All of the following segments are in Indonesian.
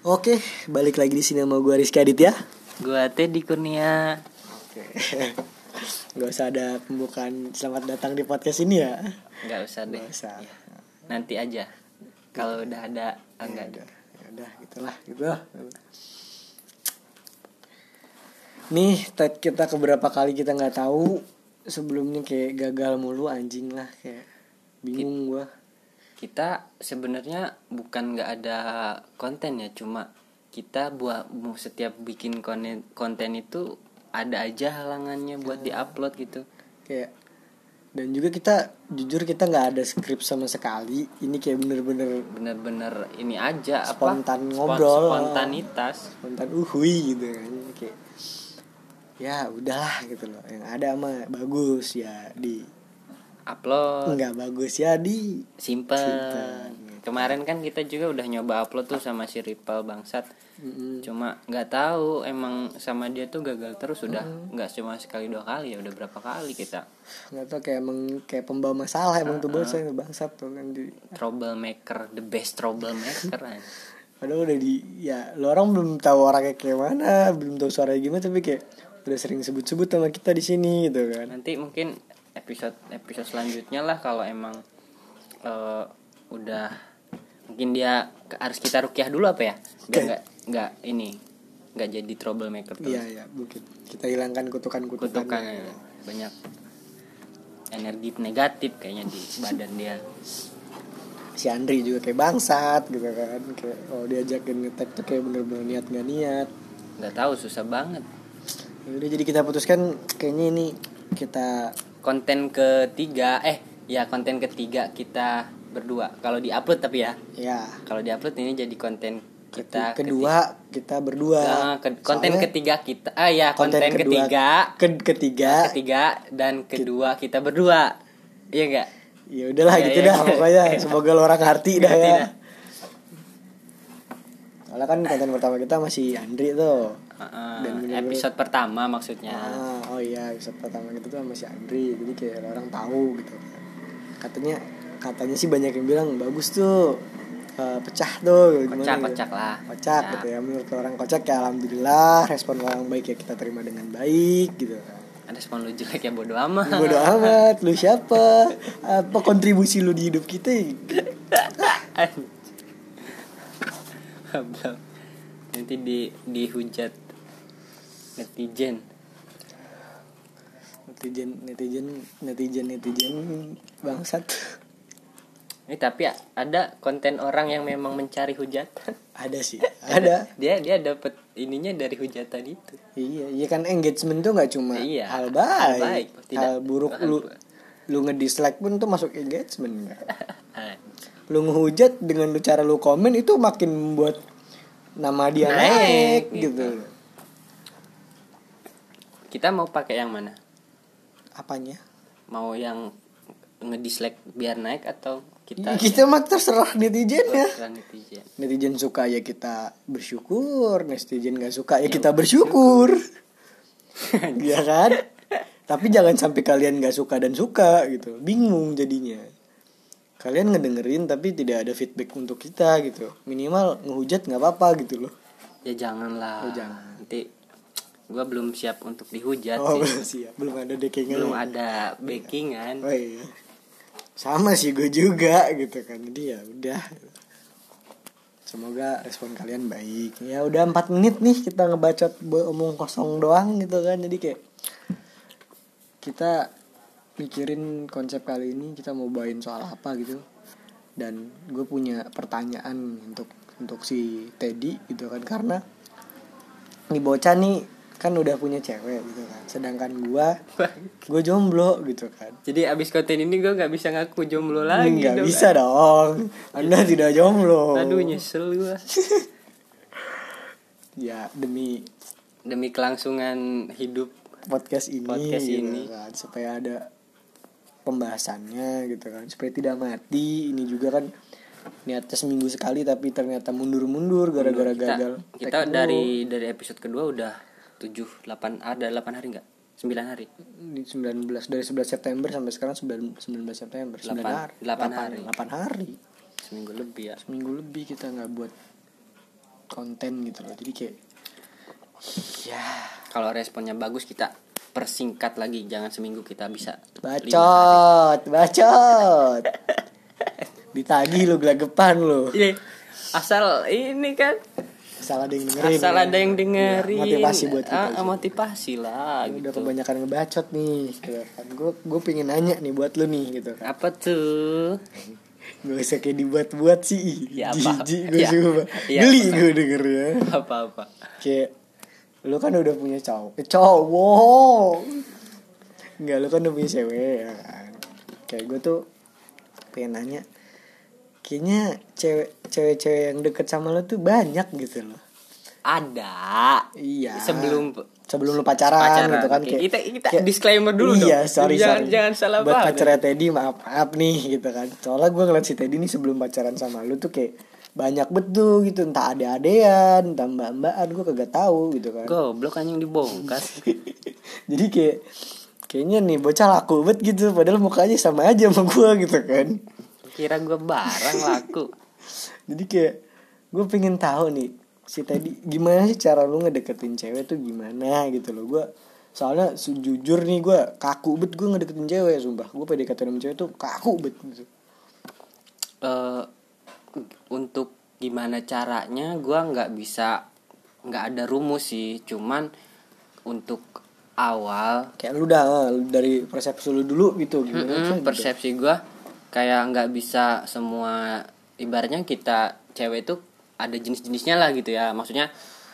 Oke, balik lagi di sini sama gue Rizky Aditya. Gua Teddy Kurnia. Oke. Gak usah ada pembukaan selamat datang di podcast ini ya. Nggak usah deh. Gak usah. Ya, nanti aja. Kalau udah ada, enggak ada. Ya udah, gitulah gitu. Nih, kita keberapa kali kita nggak tahu. Sebelumnya kayak gagal mulu, anjing lah, kayak bingung gue. Kita sebenarnya bukan nggak ada konten ya, cuma kita setiap bikin konten itu ada aja halangannya buat diupload gitu. Kayak dan juga kita jujur kita nggak ada skrip sama sekali. Ini kayak bener-bener ini aja spontan ngobrol, spontanitas, spontan uhui gitu kan, kayak ya udahlah gitu loh. Yang ada mah bagus ya di upload, nggak bagus ya di simpen. gitu. Kemarin kan kita juga udah nyoba upload tuh sama si Ripple bangsat. Cuma nggak tahu emang sama dia tuh gagal terus, udah nggak cuma sekali 2 kali ya, udah berapa kali kita nggak tahu, kayak emang kayak pembawa masalah emang tuh bos yang bangsat tuh kan di troublemaker, the best troublemaker. padahal udah ya lo orang belum tahu orangnya kayak mana, belum tahu suaranya gimana, tapi kayak udah sering sebut-sebut sama kita di sini gitu kan. Nanti mungkin episode selanjutnya lah kalau emang udah mungkin dia harus kita rukyah dulu apa ya, biar nggak jadi troublemaker terus. Iya mungkin kita hilangkan kutukan ya. Banyak energi negatif kayaknya di badan dia. Si Andri juga kayak bangsat gitu kan, kayak kalau diajakin nge-tag tuh kayak bener-bener niat nggak niat. Nggak tahu, susah banget. Udah, jadi kita putuskan kayaknya ini kita konten ketiga kita berdua kalau diupload, tapi ya kalau diupload ini jadi konten kita kedua kita berdua. Konten ketiga kita konten ketiga dan kedua kita berdua, iya enggak? Ya udahlah gitu dah pokoknya. Semoga lo orang ngerti dah ya. Soalnya kan konten pertama kita masih Andri tuh. Dan episode pertama maksudnya. Episode pertama kita tuh masih Andri. Jadi kayak orang tahu gitu kan. Katanya sih banyak yang bilang bagus tuh. Pecah tuh gimana? Kocak lah. Kocak gitu ya. Menurut orang kocak ya alhamdulillah, respon orang baik ya kita terima dengan baik gitu kan. Ada respon lu jelek ya bodo amat. Bodo amat, lu siapa? Apa kontribusi lu di hidup kita? Nanti dihujat netizen bangsat. Tapi ada konten orang yang memang mencari hujatan. Ada sih, ada. Dia dapat ininya dari hujatan itu. Iya kan, engagement tuh nggak cuma hal baik. Hal buruk lu nge-dislike pun tuh masuk engagement. Lu ngehujat dengan cara lu komen itu makin membuat nama dia naik gitu. Kita mau pakai yang mana? Apanya? Mau yang nge-dislike biar naik atau kita mah terserah netizen ya. Netizen suka ya kita bersyukur, netizen nggak suka ya kita bersyukur. Iya kan? Tapi jangan sampai kalian nggak suka dan suka gitu, bingung jadinya. Kalian ngedengerin tapi tidak ada feedback untuk kita gitu. Minimal ngehujat nggak apa-apa gitu loh. Ya janganlah. Jangan. Nanti gue belum siap untuk dihujat sih. Belum siap. Belum ada backingan. Belum ada backingan. Oh iya. Sama sih gue juga gitu kan. Jadi ya udah. Semoga respon kalian baik. Ya udah 4 menit nih kita ngebacot omong kosong doang gitu kan. Jadi kayak kita mikirin konsep kali ini kita mau bawain soal apa gitu. Dan gue punya pertanyaan untuk si Teddy gitu kan, karena nih bocah nih kan udah punya cewek gitu kan, sedangkan gue jomblo gitu kan. Jadi abis konten ini gue nggak bisa ngaku jomblo lagi. Nggak bisa dong, Anda tidak jomblo. Aduh nyesel gue. Ya demi kelangsungan hidup podcast ini gitu kan, supaya ada pembahasannya gitu kan, supaya tidak mati. Ini juga kan niatnya seminggu sekali tapi ternyata mundur gara-gara gagal. Kita dari episode kedua udah 8 hari enggak? 9 hari. 19 dari 11 September sampai sekarang 19 September. 8 hari. Seminggu lebih ya. Seminggu lebih kita enggak buat konten gitu loh. Jadi kayak ya kalau responnya bagus kita persingkat lagi, jangan seminggu kita bisa bacot ditagih lo gelagepan lo. Asal ini kan, asal ada yang dengerin, ada yang dengerin. Ya, motivasi buat kita. Motivasi lah gitu. Udah gitu. Kebanyakan ngebacot nih gitu kan. Gue pengen nanya nih buat lu nih gitu kan. Apa tuh? Gak usah kayak dibuat-buat sih. Ya, apa? Jijik gue Ya. sumpah. Ya, Geli apa? gue dengernya. Apa-apa. Kayak lu kan udah punya cowok. Enggak, lu kan udah punya cewek ya kan. Kayak gue tuh pengen nanya, kayaknya cewek-cewek yang deket sama lu tuh banyak gitu loh. Ada. Iya. Sebelum lu pacaran gitu kan. Kayak kita kayak, disclaimer dulu dong. Iya, sorry. Jangan salah buat paham. pacarnya Teddy maaf nih gitu kan. Soalnya gue ngeliat si Teddy nih sebelum pacaran sama lu tuh kayak banyak betul gitu, entah ade-adean, entah mbak-mbakan, gue kagak tahu gitu kan. Goblok anjing dibongkar. Jadi kayaknya nih bocah laku banget gitu, padahal mukanya sama aja sama gue gitu kan. Kira gue barang laku. Jadi kayak gue pengen tahu nih si Teddy gimana sih cara lu ngedeketin cewek tuh gimana gitu loh. Gue soalnya jujur nih gue kaku banget gue ngedeketin cewek, sumpah. Gue PDKT sama cewek tuh kaku banget gitu. Untuk gimana caranya gue nggak ada rumus sih, cuman untuk awal kayak lu dah dari persepsi lu dulu gitu gimana persepsi gue kayak nggak bisa semua, ibaratnya kita cewek itu ada jenis-jenisnya lah gitu ya, maksudnya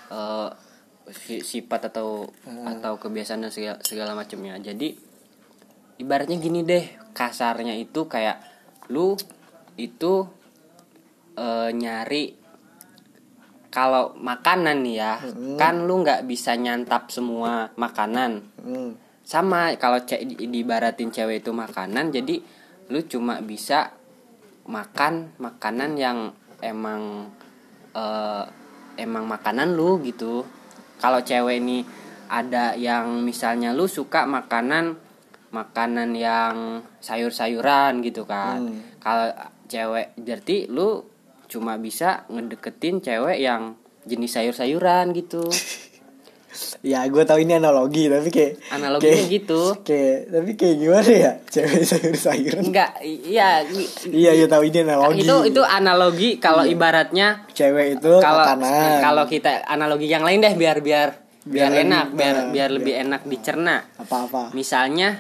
sifat atau kebiasaan dan segala macamnya. Jadi ibaratnya gini deh, kasarnya itu kayak lu itu nyari, kalau makanan nih ya, kan lu nggak bisa nyantap semua makanan. Sama kalau diibaratin cewek itu makanan, jadi lu cuma bisa makan makanan yang emang makanan lu gitu. Kalau cewek ini ada yang misalnya lu suka makanan yang sayur-sayuran gitu kan. Kalau cewek berarti lu cuma bisa ngedeketin cewek yang jenis sayur-sayuran gitu. Ya gue tahu ini analogi, tapi analoginya gitu. Tapi kayak gimana ya cewek sayur-sayuran? Enggak, iya. Iya tahu ini analogi. Itu analogi kalau ibaratnya cewek itu makanan. Kalau kita analogi yang lain deh biar enak, biar lebih enak dicerna. Apa-apa? Misalnya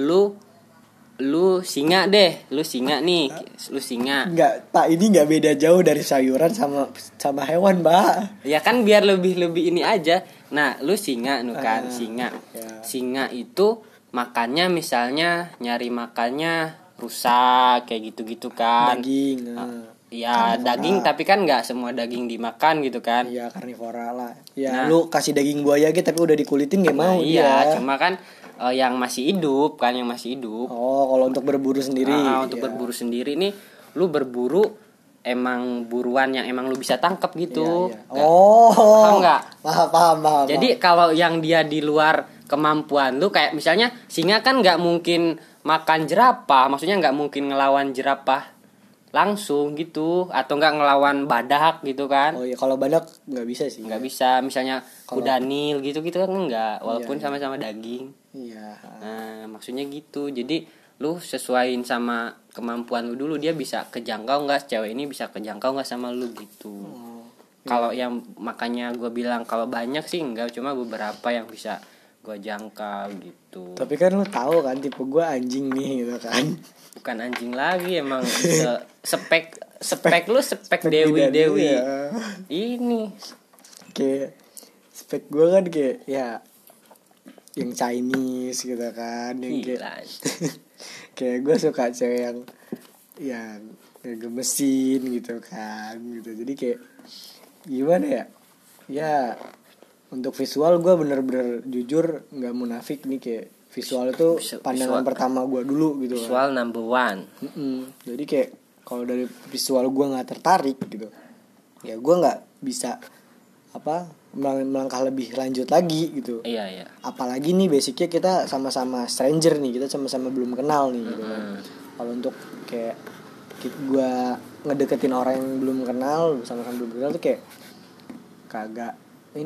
lu singa deh, lu singa. Enggak, Pak, ini enggak beda jauh dari sayuran sama hewan, Mbak. Ya kan biar lebih ini aja. Nah, lu singa kan, singa. Ya. Singa itu makannya misalnya nyari makannya rusak kayak gitu-gitu kan. Daging. Ya, daging tapi kan enggak semua daging dimakan gitu kan. Iya, karnivora lah. Ya, lu kasih daging buaya gitu tapi udah dikulitin enggak mau dia. Iya, cuma kan yang masih hidup. Oh, kalau untuk berburu sendiri. Untuk berburu sendiri nih, lu berburu emang buruan yang emang lu bisa tangkap gitu. Iya. Oh. Enggak? Paham. Jadi kalau yang dia di luar kemampuan lu, kayak misalnya singa kan enggak mungkin makan jerapah, maksudnya enggak mungkin ngelawan jerapah langsung gitu, atau enggak ngelawan badak gitu kan. Oh iya, kalau badak enggak bisa sih. Enggak bisa, misalnya kuda nil gitu kan enggak, walaupun sama-sama daging. Iya. Nah, maksudnya gitu. Jadi lu sesuaiin sama kemampuan lu dulu, dia bisa kejangkau enggak, cewek ini bisa kejangkau enggak sama lu gitu. Kalau yang makanya gue bilang kalau banyak sih enggak, cuma beberapa yang bisa gue jangkau gitu. Tapi kan lu tahu kan tipe gue anjing nih gitu kan. Bukan anjing lagi, emang spek lu spek dewi ya. Ini kayak spek gue kan kayak ya yang Chinese gitu kan, yang kayak gue suka cewek yang gemesin gitu kan gitu. Jadi kayak gimana ya untuk visual gue bener-bener jujur nggak munafik nih, kayak visual itu pandangan pertama gue dulu gitu. Visual kan. Number one. Jadi kayak kalau dari visual gue nggak tertarik gitu, ya gue nggak bisa melangkah lebih lanjut lagi gitu. Iya. Apalagi nih basicnya kita sama-sama stranger nih, kita sama-sama belum kenal nih gitu kan. Kalau untuk kayak gue ngedeketin orang yang belum kenal, sama-sama belum kenal tuh kayak kagak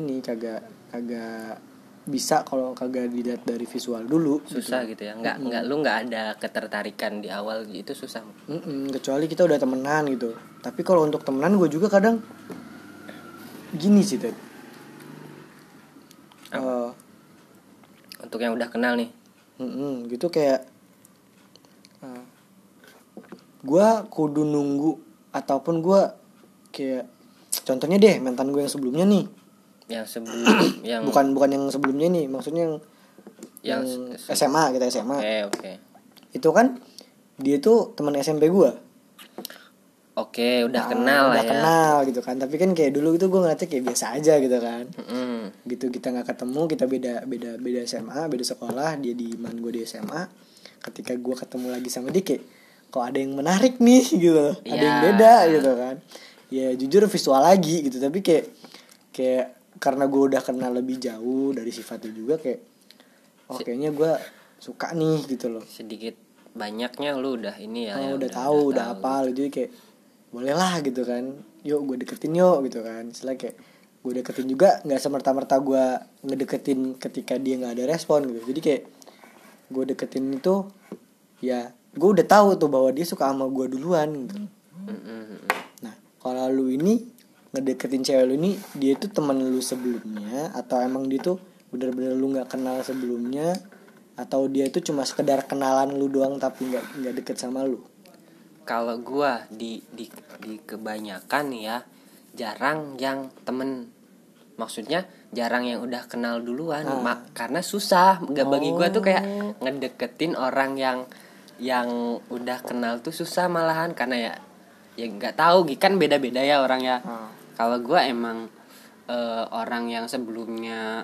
bisa kalau kagak dilihat dari visual dulu. Susah gitu ya. Nggak lu nggak ada ketertarikan di awal gitu, susah. Kecuali kita udah temenan gitu. Tapi kalau untuk temenan gue juga kadang gini sih Ted. Untuk yang udah kenal nih. Gitu kayak gue kudu nunggu, ataupun gue kayak contohnya deh mantan gue yang sebelumnya nih. Yang sebelum yang bukan yang sebelumnya nih, maksudnya yang SMA, kita SMA. Oke. Itu kan dia tuh teman SMP gue. Oke, udah kenal lah ya. Udah kenal gitu kan. Tapi kan kayak dulu itu gue ngeliatnya kayak biasa aja gitu kan. Gitu kita nggak ketemu, kita beda SMA, beda sekolah. Dia di Man, gue di SMA. Ketika gue ketemu lagi sama dia kayak kok ada yang menarik nih gitu. Ada yang beda gitu kan. Ya jujur visual lagi gitu, tapi kayak karena gue udah kenal lebih jauh dari sifatnya juga, kayak kayaknya gue suka nih gitu loh. Sedikit banyaknya lu udah ini ya. Udah tahu apa gitu. Jadi kayak boleh lah gitu kan, yuk gue deketin yuk gitu kan. Setelah kayak gue deketin juga nggak semerta-merta gue ngedeketin ketika dia nggak ada respon gitu. Jadi kayak gue deketin itu ya gue udah tahu tuh bahwa dia suka sama gue duluan gitu. Nah kalau lu ini ngedeketin cewek lu ini, dia tuh teman lu sebelumnya, atau emang dia tuh bener-bener lu nggak kenal sebelumnya, atau dia itu cuma sekedar kenalan lu doang tapi nggak deket sama lu? Kalau gua di kebanyakan ya jarang yang temen, maksudnya jarang yang udah kenal duluan. Karena susah. Bagi gua tuh kayak ngedeketin orang yang udah kenal tuh susah malahan, karena ya nggak tahu kan beda-beda ya orang ya. Kalau gue emang orang yang sebelumnya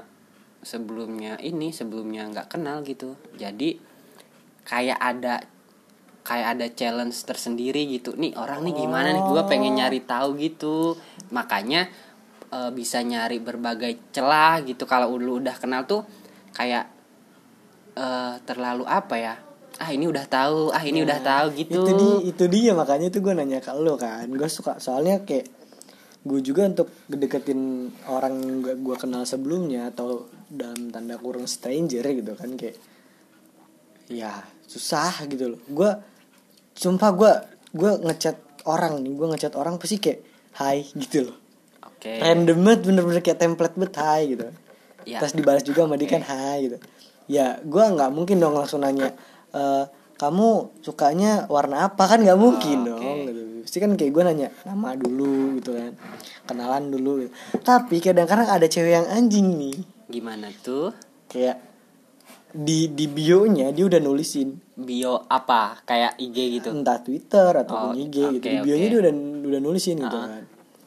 nggak kenal gitu, jadi kayak ada challenge tersendiri gitu. Nih orang nih gimana nih, gue pengen nyari tahu gitu. Makanya bisa nyari berbagai celah gitu. Kalau lu udah kenal tuh kayak terlalu apa ya? Ini udah tahu gitu. Itu dia makanya tuh gue nanya ke lu kan. Gue suka, soalnya kayak gue juga untuk deketin orang yang gue kenal sebelumnya, atau dalam tanda kurung stranger gitu kan, kayak ya susah gitu loh. Gue sumpah gue ngechat orang pasti kayak hai gitu loh. Random banget, bener-bener kayak template banget hai gitu. Terus dibalas juga sama dia kan hai gitu. Ya gue nggak mungkin dong langsung nanya kamu sukanya warna apa, kan nggak mungkin dong gitu. Pasti kan kayak gue nanya nama dulu gitu kan, kenalan dulu gitu. Tapi kadang-kadang ada cewek yang anjing nih. Gimana tuh? Kayak di bio-nya dia udah nulisin. Bio apa? Kayak IG gitu? Entah Twitter ataupun IG gitu. Di bio-nya dia udah nulisin gitu kan.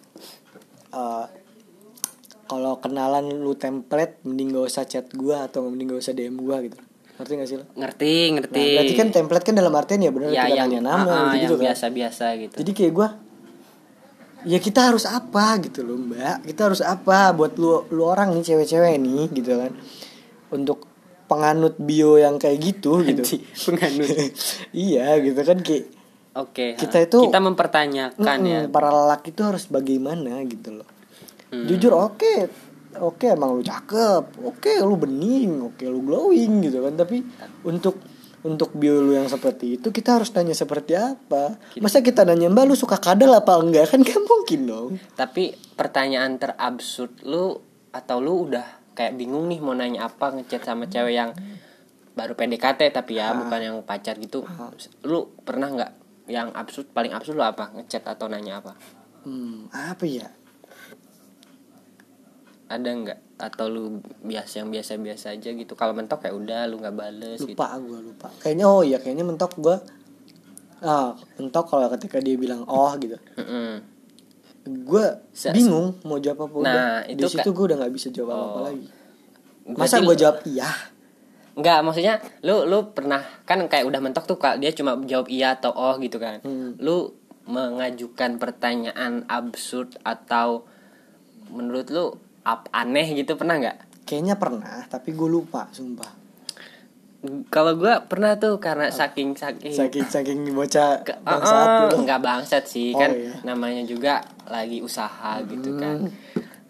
Kalau kenalan lu template, mending gak usah chat gue, atau mending gak usah DM gue gitu. Ngerti gak sih lo? Ngerti. Nah, berarti kan template kan dalam artian ya benar kita nanya nama gitu kan. Biasa-biasa gitu. Jadi kayak gue, ya kita harus apa gitu loh mbak. Kita harus apa buat lu orang nih, cewek-cewek nih gitu kan, untuk penganut bio yang kayak gitu gitu. Penganut. Iya gitu kan, kayak kita mempertanyakan ya. Para lelaki itu harus bagaimana gitu loh. Jujur oke, emang lu cakep, oke lu bening, oke lu glowing gitu kan. Tapi untuk bio lu yang seperti itu kita harus tanya seperti apa. Masa kita nanya mbak lu suka kadal apa enggak, kan gak mungkin dong. Tapi pertanyaan terabsurd lu, atau lu udah kayak bingung nih mau nanya apa, ngechat sama cewek yang baru PDKT tapi ya bukan yang pacar gitu. Lu pernah nggak yang absurd, paling absurd lu apa, ngechat atau nanya apa? Apa ya? Ada nggak? Atau lu yang biasa aja gitu? Kalau mentok kayak udah lu nggak bales. Gue lupa. Kayaknya mentok gue. Mentok kalau ketika dia bilang gitu. Gue bingung mau jawab apa. Nah itu di situ gue udah nggak bisa jawab apa lagi. Masa gue jawab iya? Enggak, maksudnya lu pernah kan kayak udah mentok tuh, dia cuma jawab iya atau gitu kan. Lu mengajukan pertanyaan absurd atau menurut lu aneh gitu, pernah nggak? Kayaknya pernah, tapi gue lupa, sumpah. Kalau gue pernah tuh, karena saking bocah bangsat gitu. Nggak bangsat sih, namanya juga lagi usaha gitu kan.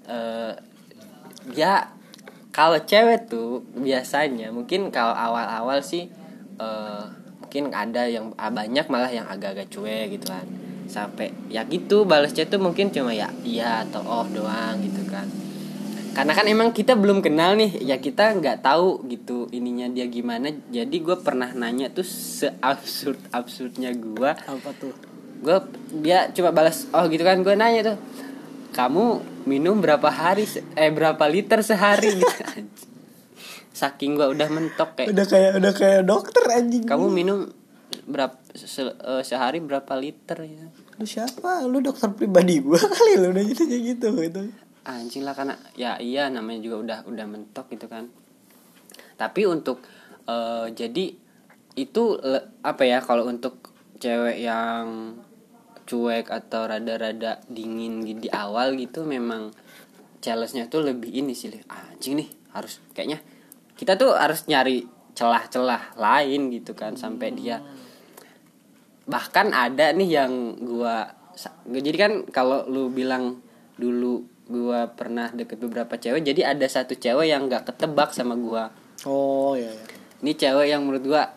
Ya kalau cewek tuh biasanya mungkin kalau awal-awal sih mungkin ada yang banyak malah yang agak-agak cuek gitu kan, sampai ya gitu balas chat tuh mungkin cuma ya iya atau oh doang gitu kan, karena kan emang kita belum kenal nih ya, kita nggak tahu gitu ininya dia gimana. Jadi gue pernah nanya tuh absurdnya gue. Apa tuh? Dia coba balas oh gitu kan, gue nanya tuh kamu minum berapa liter sehari gitu. Saking gue udah mentok kayak udah kayak dokter anjing. Kamu minum sehari berapa liter ya? Lu siapa? Lu dokter pribadi gue kali lu udah gitu. Anjing lah, karena ya iya namanya juga udah mentok gitu kan. Tapi untuk jadi itu apa ya, kalau untuk cewek yang cuek atau rada-rada dingin di awal gitu, memang challenge-nya tuh lebih ini sih, anjing nih harus kayaknya kita tuh harus nyari celah-celah lain gitu kan, sampai dia bahkan ada nih yang jadi kan kalau lu bilang dulu gua pernah deket beberapa cewek, jadi ada satu cewek yang nggak ketebak sama gua. Oh iya. Ini cewek yang menurut gua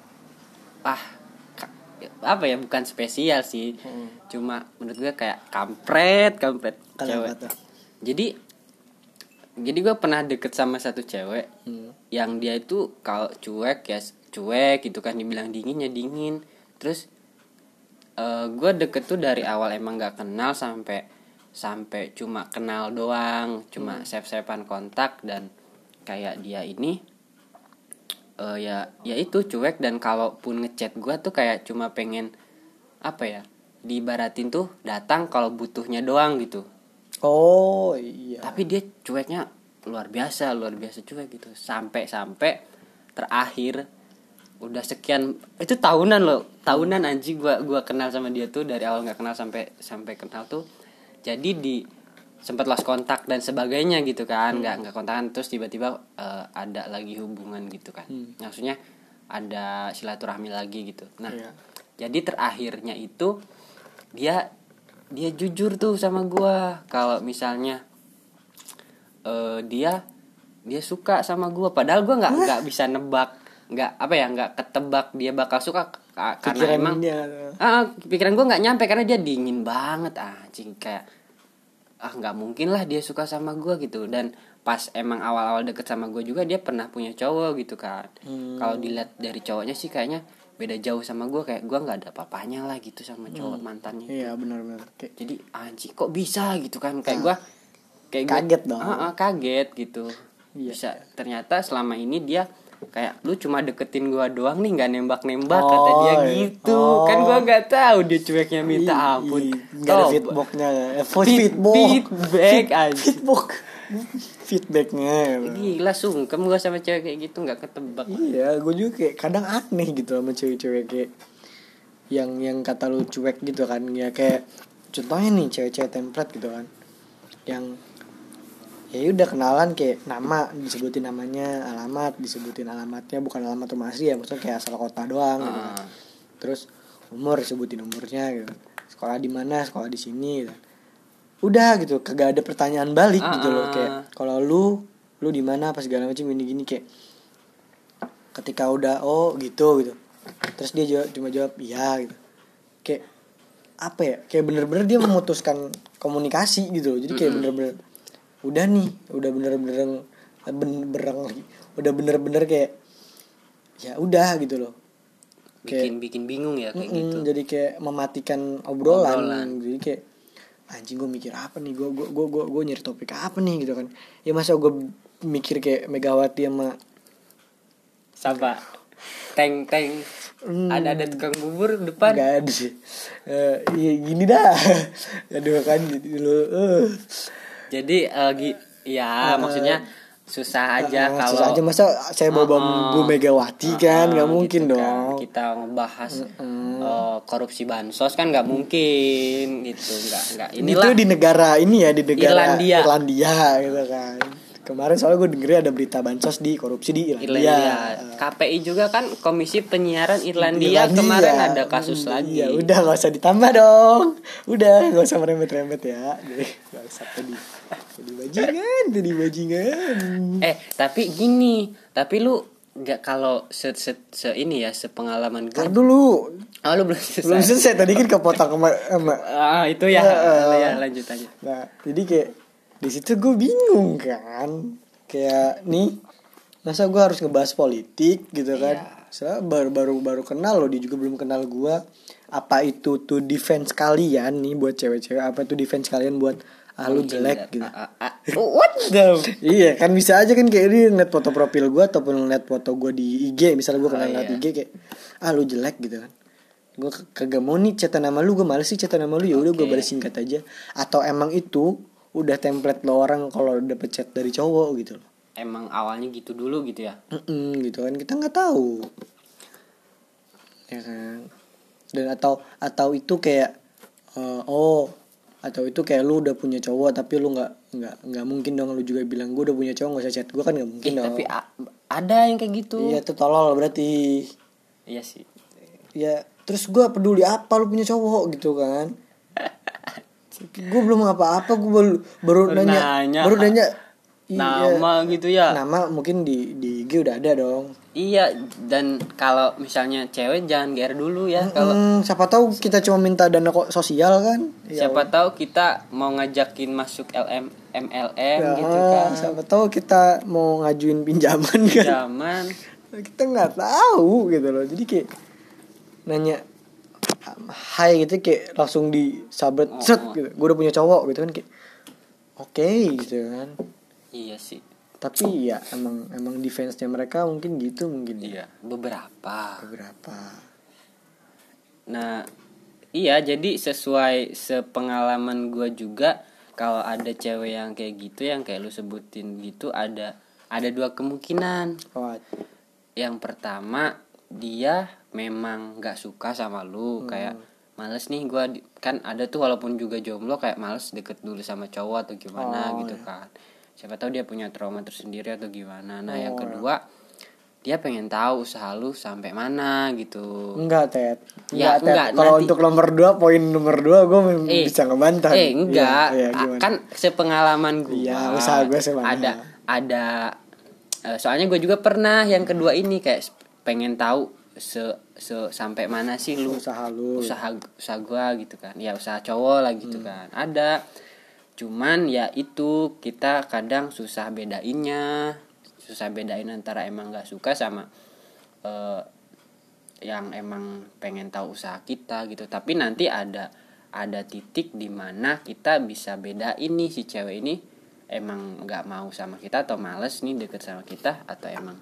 apa ya, bukan spesial sih, cuma menurut gue kayak kampret cewek. Jadi gue pernah deket sama satu cewek yang dia itu kalau cuek ya cuek gitu kan, dibilang dingin ya dingin. Terus gue deket tuh dari awal emang nggak kenal sampai cuma kenal doang, cuma save-savean kontak, dan kayak dia ini ya itu cuek, dan kalaupun ngechat gue tuh kayak cuma pengen apa ya, diibaratin tuh datang kalau butuhnya doang gitu. Oh iya. Tapi dia cueknya luar biasa cuek gitu, sampai terakhir udah sekian, itu tahunan anjing gua kenal sama dia tuh, dari awal nggak kenal sampai kenal tuh. Jadi sempat lost kontak dan sebagainya gitu kan, nggak kontakan, terus tiba-tiba ada lagi hubungan gitu kan, maksudnya ada silaturahmi lagi gitu. Nah jadi terakhirnya itu dia jujur tuh sama gue kalau misalnya dia suka sama gue, padahal gue nggak bisa nebak, nggak ketebak dia bakal suka karena emang pikiran gue nggak nyampe, karena dia dingin banget anjing, kayak nggak mungkin lah dia suka sama gue gitu. Dan pas emang awal-awal deket sama gue juga dia pernah punya cowok gitu kan. Kalau dilihat dari cowoknya sih kayaknya beda jauh sama gue, kayak gue nggak ada apa-apanya lah gitu sama cowok mantannya. Iya benar. Jadi anjing kok bisa gitu kan, kayak gue kaget dong. Kaget gitu. Iya. Bisa ternyata selama ini dia kayak lu cuma deketin gue doang nih, nggak nembak kata dia gitu. Kan gue nggak tahu dia cueknya minta ampun. Nggak ada feedbacknya. Feedbacknya gila, sungkem gue sama cewek kayak gitu, nggak ketebak. Iya, gue juga kayak kadang aneh gitu sama cewek-cewek kayak yang kata lu cuek gitu kan. Ya kayak contohnya nih cewek-cewek template gitu kan, yang ya udah kenalan kayak nama disebutin namanya, alamat disebutin alamatnya, bukan alamat rumah asli ya, maksudnya kayak asal kota doang gitu kan. Terus umur disebutin umurnya gitu, sekolah di mana, sekolah di sini gitu. Udah gitu, kagak ada pertanyaan balik gitu loh, kayak kalau lu di mana apa segala macam gini kayak ketika udah gitu terus dia cuma jawab iya gitu, kayak apa ya, kayak bener-bener dia memutuskan komunikasi gitu loh. Jadi kayak bener-bener udah bener-bener kayak ya udah gitu loh, bikin bingung ya kayak gitu. Jadi kayak mematikan obrolan. Jadi kayak anjing, gue mikir apa nih, gue nyari topik apa nih gitu kan. Ya masa gue mikir kayak Megawati sama siapa Teng ada tukang bubur depan. Gak ada sih. Gini dah. Aduh kan dulu. Jadi maksudnya susah aja kalau susah aja, masa saya bawa Bu Megawati kan nggak mungkin gitu dong kan. Kita ngebahas korupsi bansos kan nggak mungkin gitu, nggak inilah itu di negara ini ya, di negara Irlandia gitu kan. Kemarin soalnya gue dengernya ada berita bansos di korupsi di Irlandia. KPI juga kan, Komisi Penyiaran Irlandia kemarin ada kasus lagi. Ya udah nggak usah ditambah dong. Udah nggak usah merembet-rembet ya. Nggak usah tadi. Tadi bajingan. Tapi gini, tapi lu nggak, kalau se ini ya, sepengalaman gue. Ntar dulu. Oh, lu belum selesai. Belum selesai, tadi kan kepotong sama itu ya. Ya lanjut aja. Nah, jadi kayak di situ gue bingung kan. Kayak nih, masa gue harus ngebahas politik gitu kan? Soalnya baru kenal loh, dia juga belum kenal gue. Apa itu tuh defense kalian nih buat cewek-cewek? Apa itu defense kalian buat lu jelek gitu? What the? Iya kan, bisa aja kan kayak dia ngeliat foto profil gue ataupun ngeliat foto gue di IG, misalnya gue kenal ngeliat IG kayak lu jelek gitu kan. Gue kagak mau nih chatan nama lu, gue males sih chatan nama lu, ya udah gue balas singkat aja. Atau emang itu udah template lo orang kalau dapet chat dari cowok gitu loh. Emang awalnya gitu dulu gitu ya? Gitu kan, kita nggak tahu ya kan. Dan atau itu kayak atau itu kayak lu udah punya cowok tapi lu nggak mungkin dong lu juga bilang gue udah punya cowok nggak usah chat gue, kan nggak mungkin dong. Tapi ada yang kayak gitu. Iya, itu tolol berarti. Iya sih. Ya terus gue peduli apa lu punya cowok gitu kan. Gue belum apa-apa, gue baru nanya nama gitu ya. Nama mungkin di IG udah ada dong. Iya, dan kalau misalnya cewek jangan GR dulu ya. Kalau siapa tahu kita cuma minta dana sosial kan. Siapa tahu kita mau ngajakin masuk MLM gitu kan. Siapa tahu kita mau ngajuin pinjaman kan. Kita nggak tahu gitu loh. Jadi kayak nanya hai gitu kayak langsung disabet gitu. Gue udah punya cowok gitu kan, kayak oke gitu kan. Iya sih. Tapi ya emang defense-nya mereka mungkin gitu mungkin. Iya, beberapa. Nah, iya, jadi sesuai sepengalaman gue juga, kalau ada cewek yang kayak gitu, yang kayak lu sebutin gitu, ada dua kemungkinan. Yang pertama, dia memang nggak suka sama lu, kayak males nih gue kan ada tuh, walaupun juga jomblo kayak males deket dulu sama cowok atau gimana gitu kan. Siapa tahu dia punya trauma tersendiri atau gimana. Nah, yang kedua, dia pengen tahu usaha lu sampai mana gitu. Enggak, Ted. Enggak. Kalau untuk poin nomor 2 gue bisa ngebantah. Enggak. Kan sepengalaman gue. Iya, usaha gue semana. Ada soalnya gue juga pernah yang kedua ini, kayak pengen tahu sampai mana sih lu usaha gue gitu kan. Ya usaha cowok lah gitu kan. Ada. Cuman ya itu, kita kadang susah bedain antara emang gak suka sama yang emang pengen tahu usaha kita gitu. Tapi nanti ada titik dimana kita bisa bedain nih, si cewek ini emang gak mau sama kita atau males nih deket sama kita, atau emang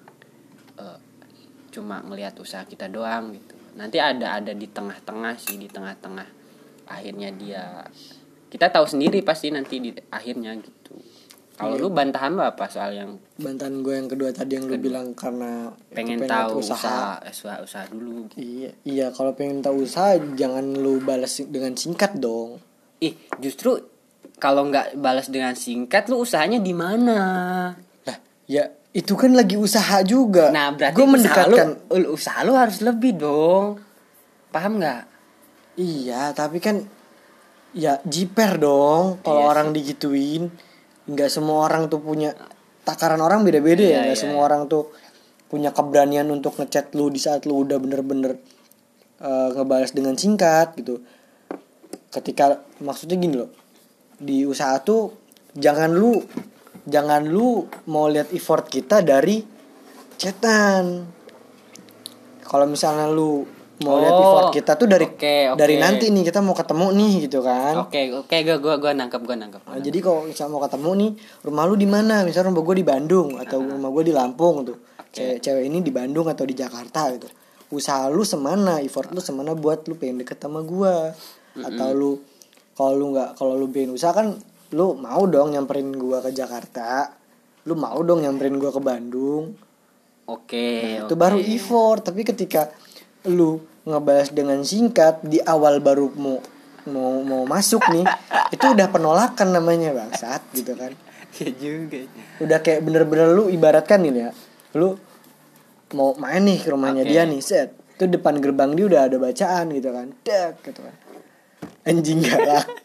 cuma ngelihat usaha kita doang gitu. Nanti ada di tengah-tengah sih, di tengah-tengah akhirnya kita tahu sendiri pasti nanti di akhirnya gitu. Kalau lu bantahan lu apa soal yang bantahan gue yang kedua tadi yang lu bilang karena pengen tahu usaha dulu gitu. Iya, kalau pengen tahu usaha jangan lu balas dengan singkat dong. Justru kalau nggak balas dengan singkat, lu usahanya di mana? Nah, ya itu kan lagi usaha juga. Nah, berarti gue mendekatkan usaha lu harus lebih dong. Paham nggak? Iya, tapi kan ya jiper dong kalau orang digituin. Nggak semua orang tuh punya takaran, orang beda-beda ya. Nggak semua orang tuh punya keberanian untuk ngechat lu di saat lu udah bener-bener ngebalas dengan singkat gitu. Ketika maksudnya gini loh, di usaha tuh jangan lu mau lihat effort kita dari chatan. Kalau misalnya lu mau lihat effort kita tuh dari nanti nih kita mau ketemu nih gitu kan. Gue nangkep. Nah, jadi kalau misalnya mau ketemu nih, rumah lu di mana? Misalnya rumah gue di Bandung atau rumah gue di Lampung tuh. Cewek ini di Bandung atau di Jakarta gitu. Usaha lu semana, effort lu semana buat lu pengen deket sama gue. Atau lu kalau lu pengen usaha kan lu mau dong nyamperin gue ke Jakarta. Lu mau dong nyamperin gue ke Bandung. Itu baru effort. Tapi ketika lu ngebalas dengan singkat di awal baru mau masuk nih, itu udah penolakan namanya, bangsat gitu kan. Ya juga. Udah kayak bener-bener lu ibaratkan nih ya, lu mau main nih ke rumahnya dia nih, set itu depan gerbang dia udah ada bacaan gitu kan, dak gitu kan, anjing galak.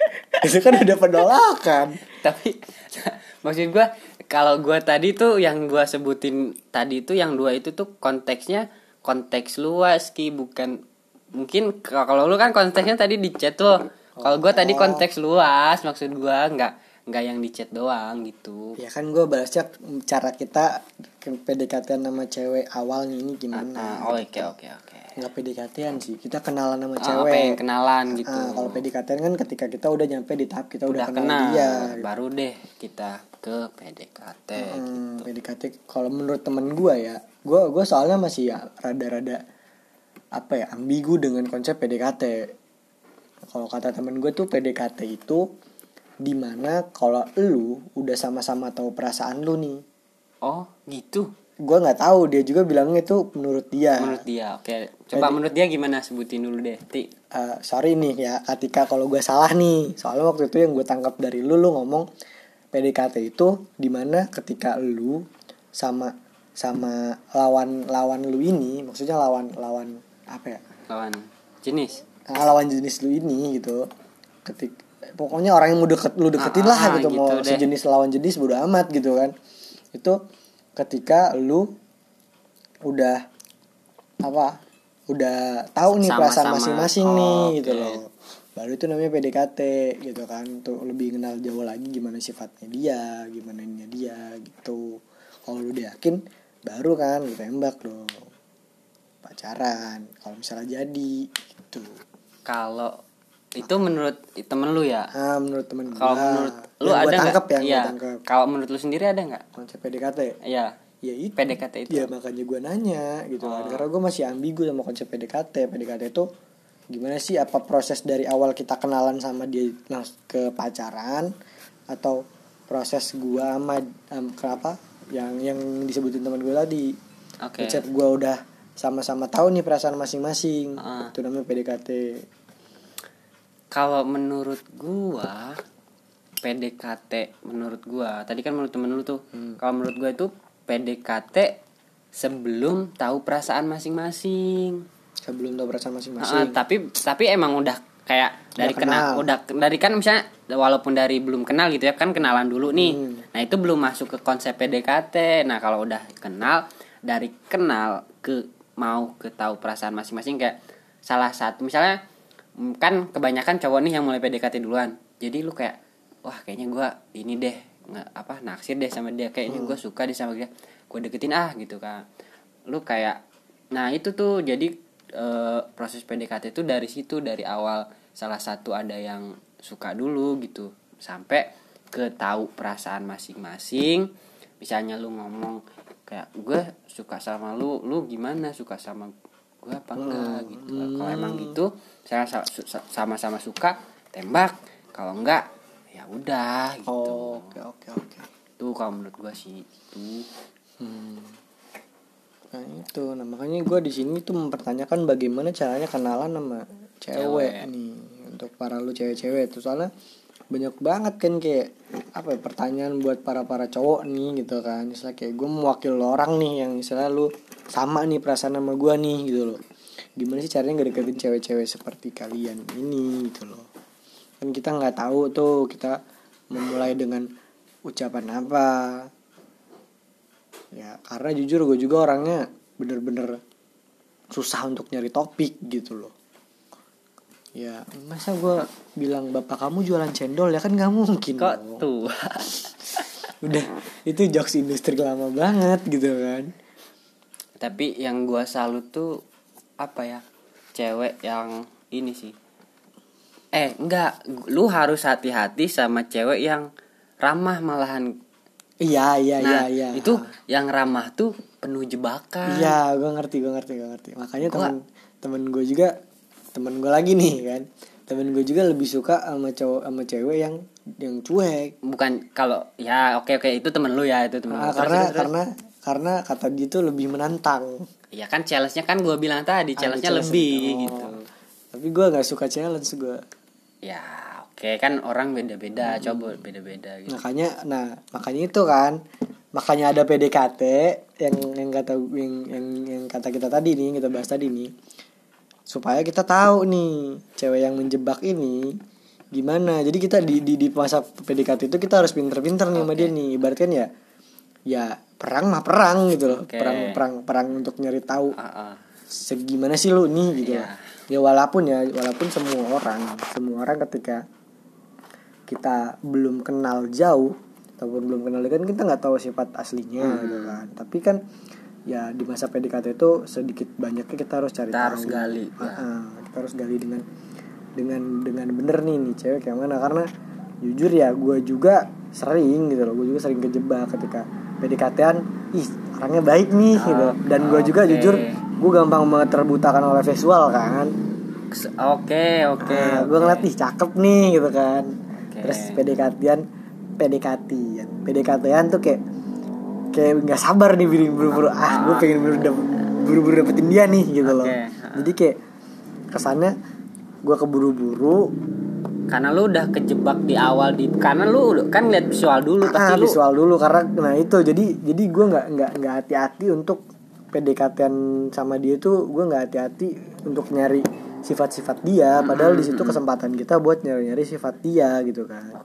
Itu kan udah penolakan. Tapi maksud gue, kalau gue tadi tuh yang gue sebutin tadi tuh yang dua itu tuh konteksnya konteks luas Ki, bukan mungkin kalau lu kan konteksnya tadi di chat tuh. Kalau gue tadi konteks luas, maksud gue nggak yang di chat doang gitu. Ya kan gue balasnya cara kita PDKT sama cewek awalnya ini gimana. Oke. Nggak PDKT-an sih, kita kenalan sama cewek. Apa yang kenalan gitu. Kalau PDKT kan ketika kita udah nyampe di tahap kita udah kenal dia gitu. Baru deh kita ke PDKT gitu. PDKT kalau menurut temen gue ya, gue soalnya masih ya rada-rada apa ya, ambigu dengan konsep PDKT. Kalau kata temen gue tuh PDKT itu dimana kalau lu udah sama-sama tahu perasaan lu nih. Oh gitu. Gue nggak tahu, dia juga bilangnya itu menurut dia. Oke, coba menurut dia gimana, sebutin dulu deh Ti. Sorry nih ya ketika kalau gue salah nih, soalnya waktu itu yang gue tangkap dari lu ngomong PDKT itu dimana ketika lu sama lawan lu ini, maksudnya lawan apa ya, lawan jenis lawan jenis lu ini gitu. Pokoknya orang yang mau lu deketin lah gitu mau deh. Sejenis lawan jenis bodo amat gitu kan. Itu ketika lu udah tahu nih perasaan masing-masing nih gitu loh. Baru itu namanya PDKT gitu kan, untuk lebih kenal jauh lagi gimana sifatnya dia, gimana ininya dia gitu. Kalau lu udah yakin baru kan lu tembak dong, pacaran kalau misalnya jadi gitu. Kalau itu menurut temen lu ya? Menurut temen gue. Kalau menurut lu ada nggak? Iya. Kalau menurut lu sendiri ada nggak konsep PDKT? Iya. Ya itu. PDKT itu. Ya makanya gue nanya gitu kan. Karena gue masih ambigu sama konsep PDKT. PDKT itu gimana sih? Apa proses dari awal kita kenalan sama dia ke pacaran, atau proses gue sama kenapa? Yang disebutin teman gue tadi. Konsep gue udah sama-sama tahu nih perasaan masing-masing. Itu namanya PDKT. Kalau menurut gua PDKT menurut gua, tadi kan menurut temen lu tuh. Kalau menurut gua itu PDKT sebelum tahu perasaan masing-masing. Sebelum tahu perasaan masing-masing. Tapi emang udah kayak dari dari kan misalnya walaupun dari belum kenal gitu ya, kan kenalan dulu nih. Nah, itu belum masuk ke konsep PDKT. Nah, kalau udah kenal, dari kenal ke mau ke tahu perasaan masing-masing, kayak salah satu misalnya kan kebanyakan cowok nih yang mulai PDKT duluan. Jadi lu kayak wah kayaknya gue ini deh naksir deh sama dia, kayaknya gue suka deh sama dia, gue deketin gitu kan. Lu kayak nah itu tuh jadi proses PDKT itu dari situ, dari awal salah satu ada yang suka dulu gitu sampai ke tahu perasaan masing-masing. Misalnya lu ngomong kayak gue suka sama lu gimana, suka sama gue apa enggak gitu. Kalau emang gitu saya sama-sama suka, tembak. Kalau enggak ya udah gitu. Oke. Tuh kalau menurut gue sih itu. Nah itu, makanya gue di sini tuh mempertanyakan bagaimana caranya kenalan sama cewek nih, untuk para lu cewek-cewek tuh, soalnya banyak banget kan kayak apa ya, pertanyaan buat para cowok nih gitu kan. Misalnya kayak gue mewakil orang nih yang misalnya lu sama nih perasaan sama gue nih gitu loh. Gimana sih caranya ngedeketin cewek-cewek seperti kalian ini gitu loh. Kan kita nggak tahu tuh kita memulai dengan ucapan apa. Ya karena jujur gue juga orangnya bener-bener susah untuk nyari topik gitu loh. Ya masa gue bilang bapak kamu jualan cendol, ya kan gak mungkin. Kok tuh udah itu jokes industri lama banget gitu kan. Tapi yang gue salut tuh apa ya, cewek yang ini sih, enggak, lu harus hati-hati sama cewek yang ramah malahan. Iya. Itu yang ramah tuh penuh jebakan. Iya, gue ngerti. Makanya temen gue juga, temen gue lagi nih kan, temen gue juga lebih suka sama cewek yang cuek. Bukan kalau ya oke itu temen lu ya, itu temen lu. Karena kata dia tuh lebih menantang. Iya kan, challenge-nya kan gue bilang tadi, challenge-nya lebih gitu. Tapi gue gak suka challenge gue. Ya oke, kan orang beda-beda, coba beda-beda gitu. Makanya itu kan, makanya ada PDKT yang kata kita tadi nih, kita bahas tadi nih, supaya kita tahu nih cewek yang menjebak ini gimana. Jadi kita di masa PDKT itu kita harus pinter-pinter nih sama dia nih. Ibaratkan ya perang mah perang gitu loh. Perang untuk nyari tahu segimana sih lu nih gitu. Ya walaupun semua orang ketika kita belum kenal jauh ataupun belum kenal kan kita nggak tahu sifat aslinya gitu kan. Tapi kan ya di masa PDKT itu sedikit banyaknya kita harus cari tahu. Harus gali. Kita harus gali dengan bener nih cewek kayak mana. Karena jujur ya gue juga sering gitu loh. Gue juga sering kejebak ketika PDKT-an. Orangnya baik nih gitu. Dan gue juga jujur gue gampang banget terbutakan oleh visual kan. Gue ngeliat cakep nih gitu kan. Terus PDKT-an tuh kayak nggak sabar nih buru-buru gue pengen buru-buru dapetin dia nih gitu loh. Jadi kayak kesannya gue keburu-buru karena lu udah kejebak di awal karena lu kan lihat visual dulu pasti lu visual dulu karena itu jadi gue nggak hati-hati untuk PDKT-an sama dia tuh. Gue nggak hati-hati untuk nyari sifat-sifat dia padahal di situ kesempatan kita buat nyari sifat dia gitu kan.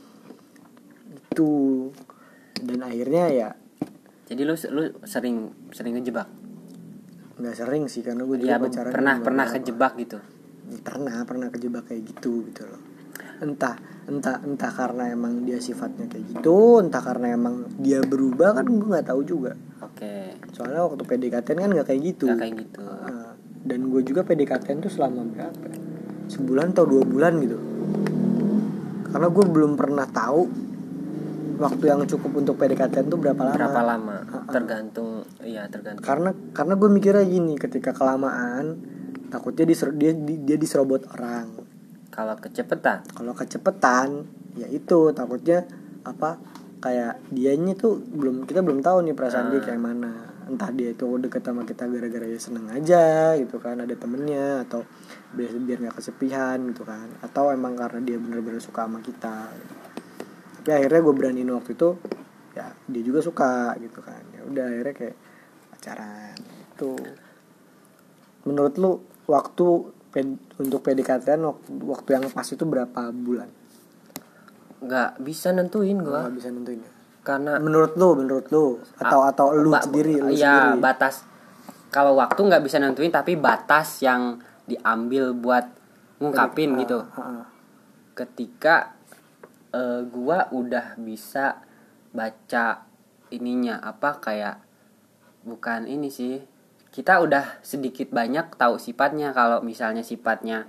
Itu dan akhirnya ya jadi lu sering ngejebak. Nggak sering sih karena gue juga pacaran pernah kejebak gitu. Pernah kejebak kayak gitu loh. Entah karena emang dia sifatnya kayak gitu, entah karena emang dia berubah kan gue nggak tahu juga. Soalnya waktu PDKT kan nggak kayak gitu. Dan gue juga PDKT tuh selama berapa? Sebulan atau 2 bulan gitu. Karena gue belum pernah tahu waktu yang cukup untuk PDKT itu berapa lama. Tergantung. Karena gue mikirnya gini, ketika kelamaan takutnya dia diserobot orang. Kalau kecepatan ya itu takutnya kayak dianya tuh kita belum tahu nih perasaan dia kayak mana. Entah dia itu deket sama kita gara-gara dia seneng aja gitu kan, ada temennya, atau biar nggak kesepian gitu kan, atau emang karena dia bener-bener suka sama kita. Tapi akhirnya gue beraniin waktu itu ya dia juga suka gitu kan. Ya udah akhirnya kayak pacaran itu. Menurut lu waktu untuk PDKT-an waktu yang pas itu berapa bulan? Nggak bisa nentuin gue. Nggak bisa nentuin ya? Karena menurut lu atau lu sendiri sendiri. Batas kalau waktu nggak bisa nentuin tapi batas yang diambil buat ngungkapin gitu. Ketika gua udah bisa baca ininya kayak bukan ini sih, kita udah sedikit banyak tahu sifatnya. Kalau misalnya sifatnya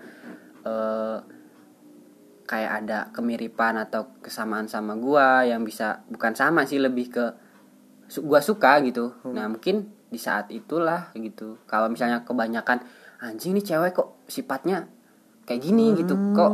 kayak ada kemiripan atau kesamaan sama gua, yang bisa bukan sama sih, lebih ke gua suka gitu. Nah mungkin di saat itulah gitu. Kalau misalnya kebanyakan anjing nih cewek kok sifatnya kayak gini gitu, kok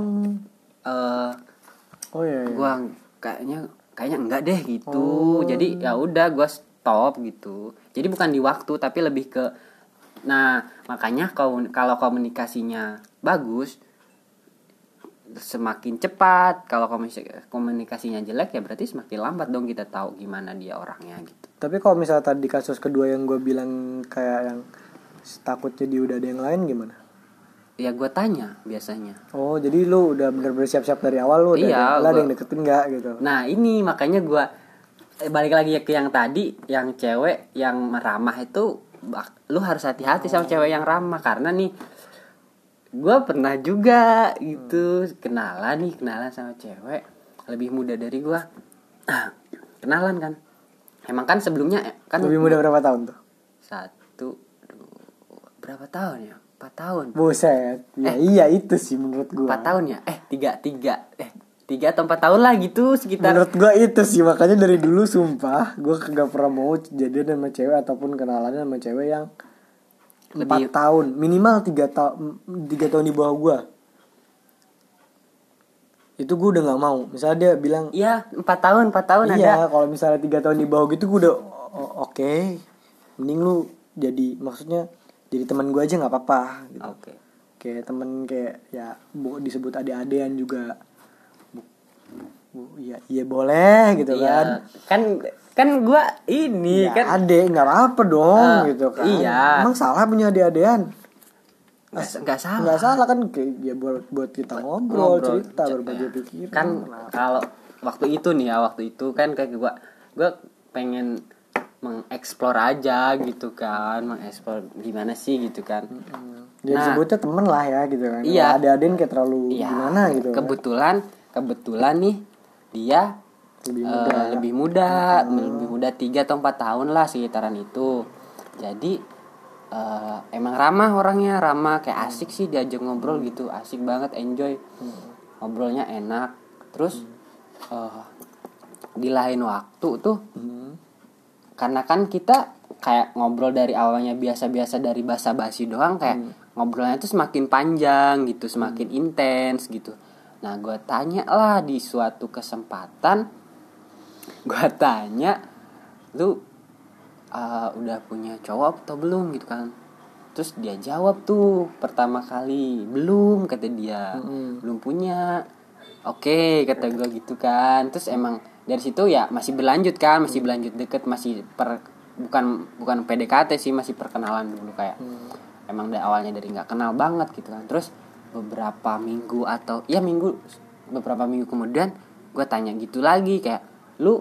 gua kayaknya enggak deh gitu. Jadi ya udah gua stop gitu. Jadi bukan di waktu tapi lebih ke makanya kalau komunikasinya bagus semakin cepat. Kalau komunikasinya jelek ya berarti semakin lambat dong kita tahu gimana dia orangnya gitu. Tapi kalau misalnya tadi kasus kedua yang gue bilang kayak yang takutnya dia udah ada yang lain gimana? Ya gue tanya biasanya. Oh jadi lu udah bener-bener siap-siap dari awal lu ada yang deketin gak gitu. Nah ini makanya gue balik lagi ke yang tadi, yang cewek yang ramah itu lu harus hati-hati sama cewek yang ramah. Karena nih gue pernah juga gitu kenalan sama cewek lebih muda dari gue. Kenalan kan, emang kan sebelumnya kan lebih muda berapa tahun tuh? 4 tahun ya? 4 tahun. Buset. Ya iya itu sih menurut gue. 4 tahun ya? 3 atau 4 tahun lah gitu sekitar. Menurut gue itu sih, makanya dari dulu sumpah gue gak pernah mau jadian sama cewek ataupun kenalannya sama cewek yang 4 tahun, minimal 3 tahun di bawah gue. Itu gue udah gak mau. Misalnya dia bilang iya 4 tahun ada. Iya kalau misalnya 3 tahun di bawah gitu gue udah oke. Mending lu jadi, maksudnya jadi teman gue aja gak apa-apa gitu. Kayak temen kayak ya disebut adik-adian juga. Iya boleh gitu kan. Kan gue ini ya, kan adek nggak apa dong gitu kan. Iya. Emang salah punya adik-adean? nggak salah. Nggak salah kan, ya buat kita ngobrol cerita berbagi pikiran kan. Kalau waktu itu kan kayak gue pengen mengeksplor aja gitu kan, mengeksplor gimana sih gitu kan. Ya disebutnya temen lah ya gitu kan. Iya. Ada-adain kayak terlalu gimana gitu. Kebetulan nih dia lebih muda 3 atau 4 tahun lah sekitaran itu. Jadi emang ramah kayak asik sih diajak ngobrol gitu, asik banget, enjoy. Ngobrolnya enak. Terus di lain waktu tuh karena kan kita kayak ngobrol dari awalnya biasa-biasa dari basa-basi doang, kayak ngobrolnya tuh semakin panjang gitu, semakin intens gitu. Nah gue tanya lah di suatu kesempatan, gue tanya, lu udah punya cowok atau belum gitu kan. Terus dia jawab tuh pertama kali, belum, kata dia. Belum punya. Oke, kata gue gitu kan. Terus emang dari situ ya masih berlanjut deket, masih bukan PDKT sih, masih perkenalan dulu kayak. Emang dari awalnya dari nggak kenal banget gitu kan. Terus beberapa minggu kemudian gue tanya gitu lagi kayak, lu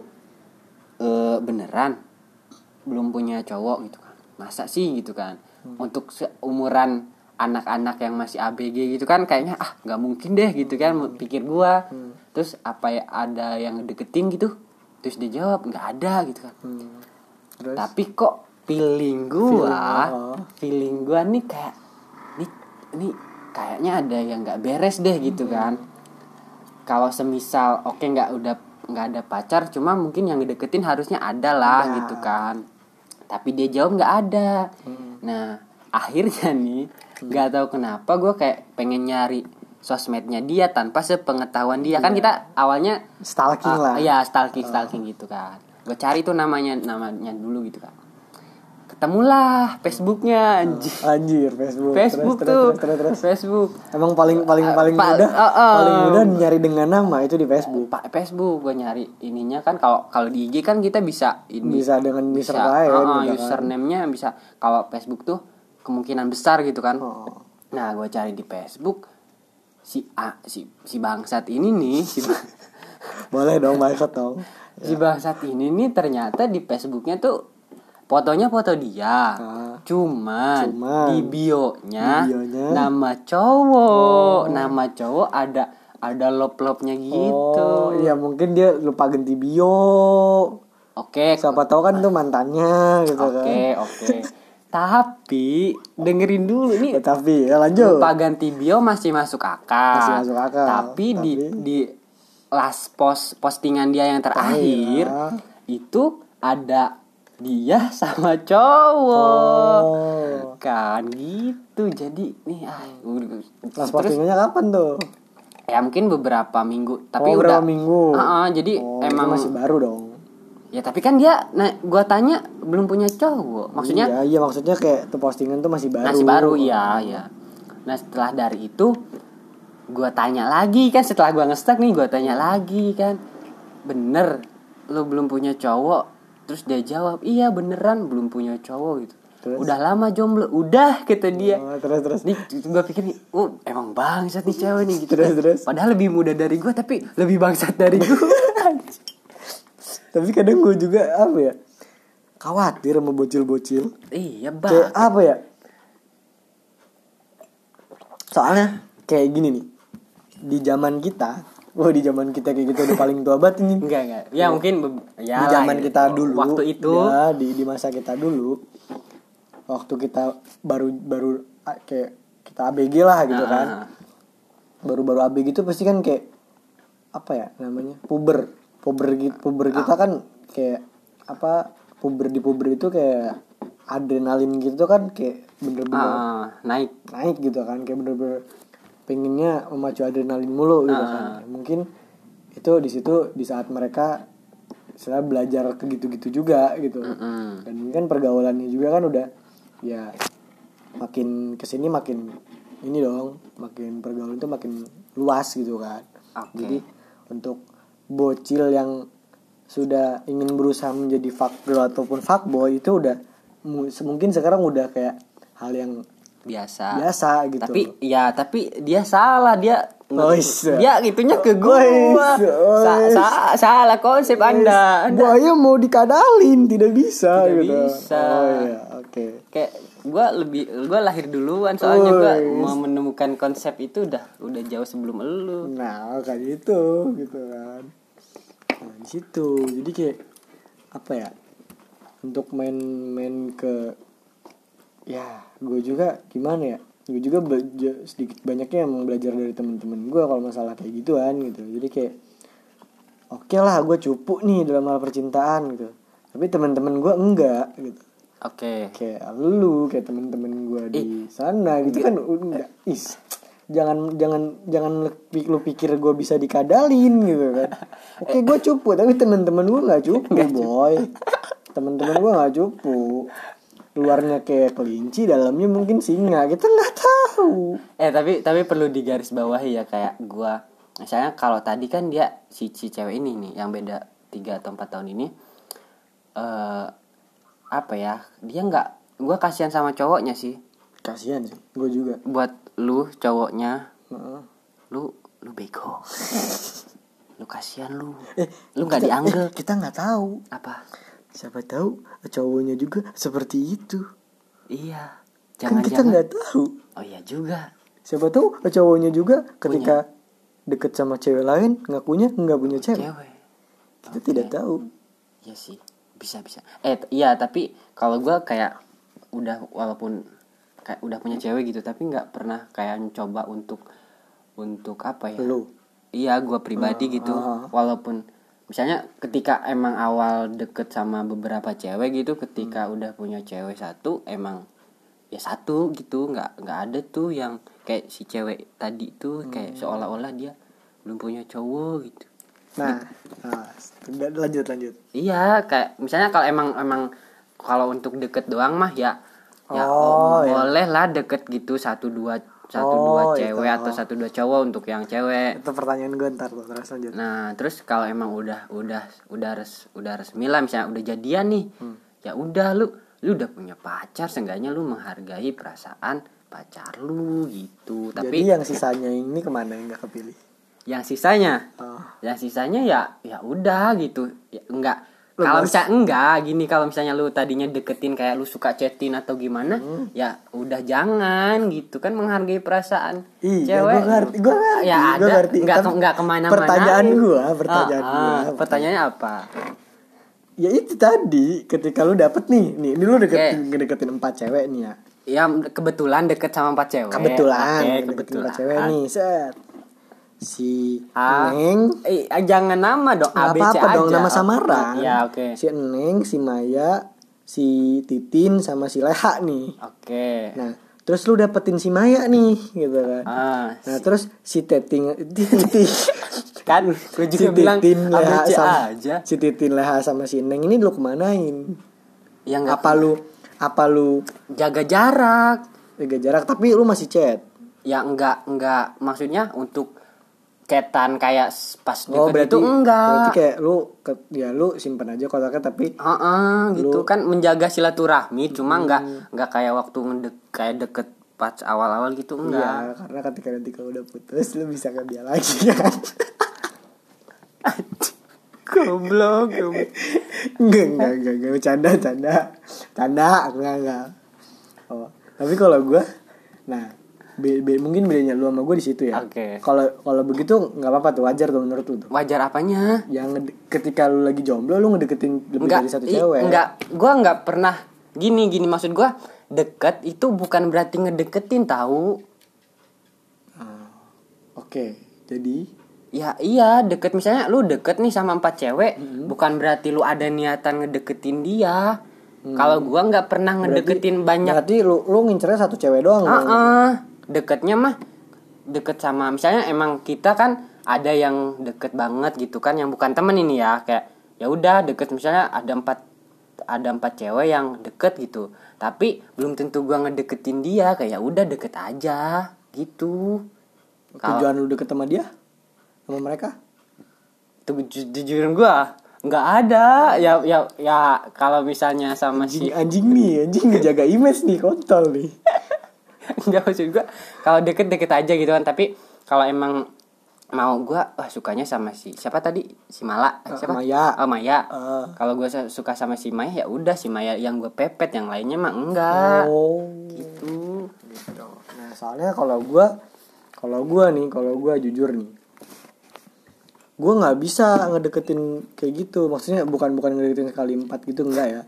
beneran belum punya cowok gitu kan, masa sih gitu kan. Untuk seumuran anak-anak yang masih ABG gitu kan kayaknya nggak mungkin deh gitu kan, pikir gua. Terus apa ya, ada yang deketin gitu? Terus dia jawab nggak ada gitu kan. Terus? Tapi kok feeling gua nih kayak nih kayaknya ada yang nggak beres deh gitu kan. Kalau semisal nggak ada pacar, cuma mungkin yang deketin harusnya ada lah gitu kan. Tapi dia jawab nggak ada. Nah akhirnya nih nggak tahu kenapa gue kayak pengen nyari sosmednya dia tanpa sepengetahuan dia. Kan kita awalnya stalking lah. Iya stalking gitu kan. Gue cari tuh namanya dulu gitu kan. Ketemulah Facebooknya, anjir Facebook terus. Facebook emang paling mudah paling mudah nyari dengan nama itu di Facebook. Facebook gue nyari ininya kan, kalau di IG kan kita bisa dengan user lain username-nya bisa. Kalau Facebook tuh kemungkinan besar gitu kan. Nah gue cari di Facebook si bangsat ini nih boleh dong bangsat dong. Si bangsat ini nih ternyata di Facebooknya tuh fotonya foto dia, cuman di bio-nya nama cowok, ada lop-lopnya gitu. Iya mungkin dia lupa ganti bio. Oke. Siapa tahu kan tuh mantannya gitu kan. Oke. Tapi dengerin dulu nih. Tapi ya lanjut. Lupa ganti bio masih masuk akal. Tapi di last postingan dia yang terakhir itu ada dia sama cowok kan gitu. Jadi nih last postingannya kapan tuh? Ya mungkin beberapa minggu. Tapi beberapa minggu. Jadi emang masih baru dong. Ya tapi kan dia, gua tanya belum punya cowok. Maksudnya? Iya maksudnya kayak tuh postingan tuh masih baru. Masih baru, iya. Nah setelah dari itu gua tanya lagi kan, setelah gua nge-stalk nih gua tanya lagi kan, bener lu belum punya cowok? Terus dia jawab, iya beneran belum punya cowok gitu. Terus? Udah lama jomblo, udah kata dia. Terus. Nih gue pikir nih, emang bangsat nih cewek nih gitu. Terus. Padahal lebih muda dari gue tapi lebih bangsat dari gue. Tapi kadang gue juga khawatir sama bocil-bocil. Iya bang. Kayak soalnya kayak gini nih, di zaman kita kayak gitu udah paling tua banget ini. Enggak. Ya mungkin di zaman kita dulu. Waktu itu ya, di masa kita dulu. Waktu kita baru kayak kita ABG lah gitu kan. Baru-baru ABG itu pasti kan kayak namanya? Puber kita kan kayak puber itu kayak adrenalin gitu kan, kayak bener-bener naik gitu kan, kayak bener-bener pengennya memacu adrenalin mulu gitu kan. Mungkin itu di situ di saat mereka belajar ke gitu-gitu juga gitu. Dan kan pergaulannya juga kan udah ya makin kesini makin ini dong, makin pergaulan itu makin luas gitu kan. Jadi untuk bocil yang sudah ingin berusaha menjadi fuck girl ataupun fuck boy itu udah mungkin sekarang udah kayak hal yang biasa gitu. Tapi dia salah, dia itunya ke gua. Salah konsep Anda. Buaya mau dikadalin tidak bisa tidak gitu. Bisa. Oh iya, oke. Kayak gua lahir duluan, soalnya gua mau menemukan konsep itu udah jauh sebelum elu. Nah, kayak gitu kan. Nah, di situ. Jadi kayak apa ya? Untuk main ke ya, gue juga gimana ya? Gue juga sedikit banyaknya emang belajar dari teman-teman gue kalau masalah kayak gituan gitu. Jadi kayak oke lah, gue cupu nih dalam hal percintaan gitu. Tapi teman-teman gue enggak gitu. Oke. Kayak lu, kayak teman-teman gue di sana gitu kan enggak. Jangan lu pikir gue bisa dikadalin gitu kan. Oke, gue cupu tapi teman-teman gue nggak cupu, boy. Teman-teman gue nggak cupu. Luarnya kayak kelinci, dalamnya mungkin singa, kita nggak tahu. Tapi perlu digarisbawahi ya, kayak gua misalnya kalau tadi kan dia si cewek ini nih yang beda 3 atau 4 tahun ini apa ya, dia nggak, gua kasihan sama cowoknya sih. Kasihan sih, gue juga. Buat lu cowoknya, lu bego. Lu kasihan lu nggak dianggap. Kita nggak tahu apa. Siapa tahu cowoknya juga seperti itu. Iya. Kan kita nggak tahu. Oh iya juga. Siapa tahu cowoknya juga ketika deket sama cewek lain nggak punya cewek. Kita tidak tahu. Iya sih, bisa. Iya, tapi kalau gue kayak walaupun kayak udah punya cewek gitu, tapi nggak pernah kayak mencoba untuk apa ya? Lu? Iya, gue pribadi gitu. Walaupun misalnya ketika emang awal deket sama beberapa cewek gitu, ketika udah punya cewek satu, emang ya satu gitu, nggak ada tuh yang kayak si cewek tadi tuh kayak seolah-olah dia belum punya cowok gitu. Nah, lanjut. Iya, kayak misalnya kalau emang kalau untuk deket doang mah ya boleh lah deket gitu satu dua cewek itu. Atau 1-2 cowok untuk yang cewek. Itu pertanyaan gue ntar tuh, terus lanjut. Nah, terus kalau emang udah resmi lah, misalnya udah jadian nih, ya udah lu udah punya pacar, seenggaknya lu menghargai perasaan pacar lu gitu. Tapi jadi yang sisanya ini kemana yang nggak kepilih? Yang sisanya ya udah gitu. Ya, enggak. Kalau misalnya enggak gini, kalau misalnya lu tadinya deketin kayak lu suka chatin atau gimana, ya udah jangan gitu kan, menghargai perasaan cewek. Gue ngerti. Ya ada, enggak kemana-mana. Pertanyaannya apa? Ya itu tadi, ketika lu dapet nih lu deketin 4 cewek nih ya. Ya kebetulan deket sama 4 cewek. Kebetulan 4 cewek nih, set. Si Neng, jangan nama dong, ABC apa-apa aja. dong, nama samaran. Ya, oke. Si Neng, si Maya, si Titin sama si Leha nih. Oke. Nah, terus lu dapetin si Maya nih, gitu kan. Nah, terus si Titin kan gue juga si bilang Titin Leha aja. Si Titin Leha sama si Neng ini lu kemanain? Ya apa lu jaga jarak? Jaga jarak tapi lu masih chat. Ya enggak maksudnya untuk cetan kayak pas deket itu enggak. Berarti kayak lu simpen aja kontaknya tapi gitu kan, menjaga silaturahmi, cuma enggak kayak waktu deket pas awal-awal gitu, enggak. Iya, karena ketika nanti kalau udah putus lu bisa ke dia lagi kan. Goblok. Enggak bercanda aku enggak. Oh, tapi kalau gue mungkin bedanya lu sama gue di situ ya. Oke. Kalau begitu nggak apa-apa tuh, wajar tuh menurut lu tuh. Wajar apanya? Yang ketika lu lagi jomblo lu ngedeketin lebih dari satu cewek. Gue nggak pernah gini maksud gue, deket itu bukan berarti ngedeketin tahu. Oke. Jadi ya iya, deket misalnya lu deket nih sama 4 cewek, bukan berarti lu ada niatan ngedeketin dia. Kalau gue nggak pernah ngedeketin banyak. Berarti lu ngincernya satu cewek doang. Deketnya mah deket sama, misalnya emang kita kan ada yang deket banget gitu kan, yang bukan temen ini ya, kayak ya udah deket, misalnya ada 4 cewek yang deket gitu, tapi belum tentu gua ngedeketin dia, kayak ya udah deket aja gitu. Tujuan lu deket sama dia, sama mereka? Tujuan gua nggak ada, ya kalau misalnya sama anjing ngejaga image nih, kontol nih. Enggak, maksud gue kalau deket aja gitu kan. Tapi kalau emang mau gue sukanya sama siapa tadi, si Mala, siapa, Maya. Oh Maya. Kalau gue suka sama si Maya, ya udah si Maya yang gue pepet, yang lainnya mah enggak. Gitu. Nah soalnya kalau gue jujur nih, gue nggak bisa ngedeketin kayak gitu. Maksudnya bukan ngedeketin sekali 4 gitu, enggak ya.